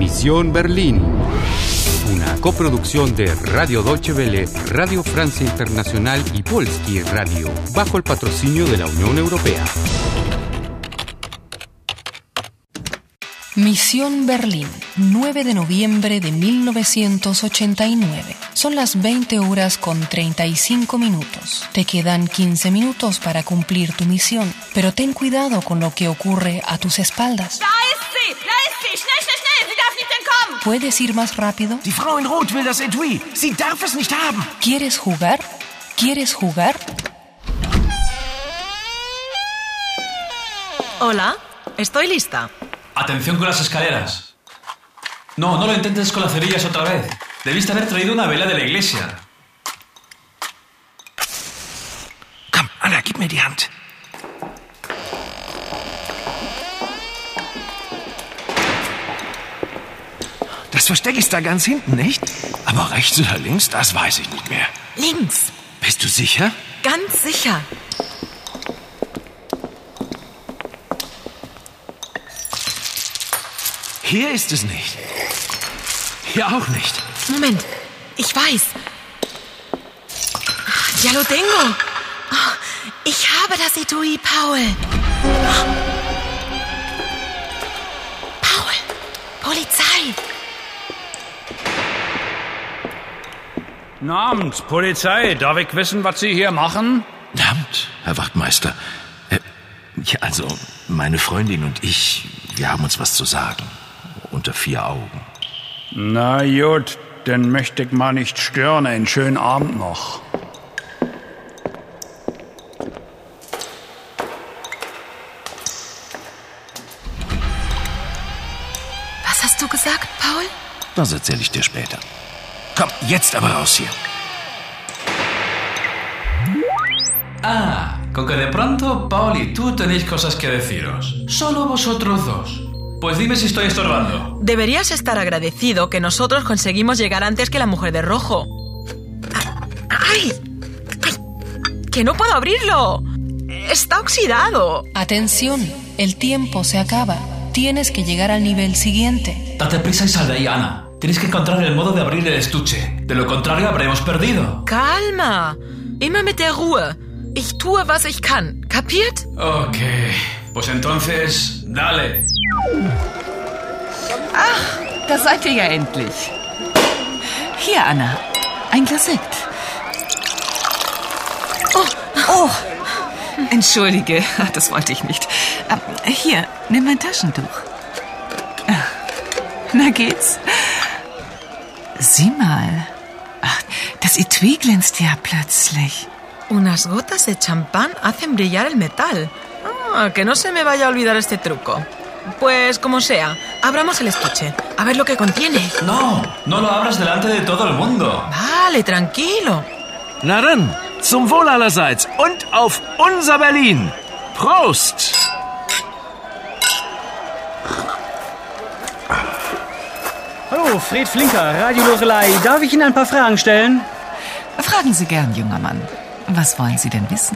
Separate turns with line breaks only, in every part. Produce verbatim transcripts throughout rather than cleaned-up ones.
Misión Berlín, una coproducción de Radio Deutsche Welle, Radio Francia Internacional y Polski Radio, bajo el patrocinio de la Unión Europea.
Misión Berlín, nueve de noviembre de mil novecientos ochenta y nueve. Son las veinte horas con treinta y cinco minutos. Te quedan quince minutos para cumplir tu misión, pero ten cuidado con lo que ocurre a tus espaldas.
Da ist sie! Da ist sie! Schnell, schnell, schnell! Sie darf nicht entkommen!
¿Puedes ir más rápido?
Die Frau in Rot will das Etui. Sie darf es nicht haben.
¿Quieres jugar? ¿Quieres jugar?
Hola, estoy lista.
Atención con las escaleras. No, no lo intentes con las cerillas otra vez. Debiste haber traído una vela de la iglesia.
Komm, Anna, gib mir die Hand. Das Versteck ist da ganz hinten, nicht? Aber rechts oder links, das weiß ich nicht mehr.
Links.
Bist du sicher?
Ganz sicher.
Hier ist es nicht. Hier auch nicht.
Moment, ich weiß. Ya lo tengo. Ich habe das Etui, Paul. Paul, Polizei.
Guten Abend, Polizei. Darf ich wissen, was Sie hier machen?
Guten Abend, Herr Wachtmeister. Äh, ja, also, meine Freundin und ich, wir haben uns was zu sagen. Unter vier Augen.
Na gut, dann möchte ich mal nicht stören. Einen schönen Abend noch.
Was hast du gesagt, Paul?
Das erzähle ich dir später. Komm, jetzt aber raus hier.
Ah, con que de pronto Paul y tú tenéis cosas que deciros. Solo vosotros dos. Pues dime si estoy estorbando.
Deberías estar agradecido que nosotros conseguimos llegar antes que la mujer de rojo. ¡Ay! ¡Ay! ¡Que no puedo abrirlo! ¡Está oxidado!
Atención, el tiempo se acaba. Tienes que llegar al nivel siguiente.
Date prisa y sal de ahí, Ana. Tienes que encontrar el modo de abrir el estuche. De lo contrario, habremos perdido.
Calma. Immer mit der Ruhe. Ich tue, was ich kann. ¿Kapiert?
Ok. Pues entonces, dale.
Ach, da seid ihr ja endlich. Hier, Anna, ein Glas Sekt. Oh, oh, entschuldige, das wollte ich nicht. Hier, nimm mein Taschentuch. Na geht's? Sieh mal. Ach, das Etui glänzt ja plötzlich.
Unas gotas de champán hacen brillar el metal. Ah, que no se me vaya a olvidar este truco. Pues como sea, abramos el estuche. A ver lo que contiene.
No, no lo abras delante de todo el mundo.
Vale, tranquilo.
Na dann, zum Wohl allerseits und auf unser Berlin. Prost!
Hallo, Fred Flinker, Radio Lorelei. Darf ich Ihnen ein paar Fragen stellen?
Fragen Sie gern, junger Mann. Was wollen Sie denn wissen?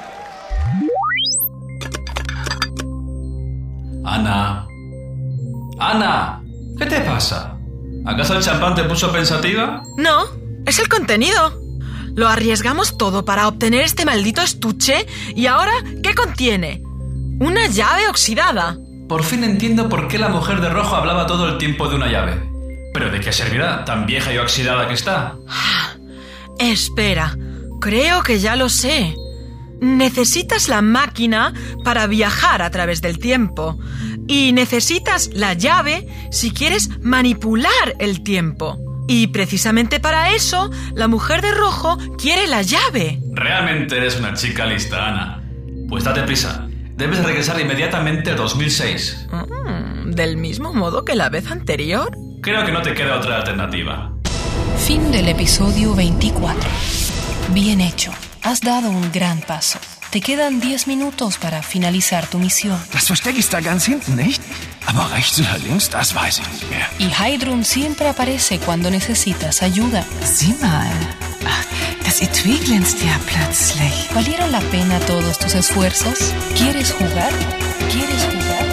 Ana. Ana, ¿qué te pasa? ¿Acaso el champán te puso pensativa?
No, es el contenido. Lo arriesgamos todo para obtener este maldito estuche y ahora, ¿qué contiene? Una llave oxidada.
Por fin entiendo por qué la mujer de rojo hablaba todo el tiempo de una llave. ¿Pero de qué servirá, tan vieja y oxidada que está?
Espera, creo que ya lo sé. Necesitas la máquina para viajar a través del tiempo. Y necesitas la llave si quieres manipular el tiempo. Y precisamente para eso, la mujer de rojo quiere la llave.
Realmente eres una chica lista, Ana. Pues date prisa. Debes regresar inmediatamente a dos mil seis.
Mm, ¿Del mismo modo que la vez anterior?
Creo que no te queda otra alternativa.
Fin del episodio veinticuatro. Bien hecho. Has dado un gran paso. Te quedan diez minutos para finalizar tu misión.
Das Versteck ist da ganz hinten, nicht? Aber rechts oder links, das weiß ich nicht mehr.
Y Heidrun siempre aparece cuando necesitas ayuda.
Sieh mal. Ach, das Etui glänzt ja plötzlich.
¿Valieron la pena todos tus esfuerzos? ¿Quieres jugar? ¿Quieres jugar?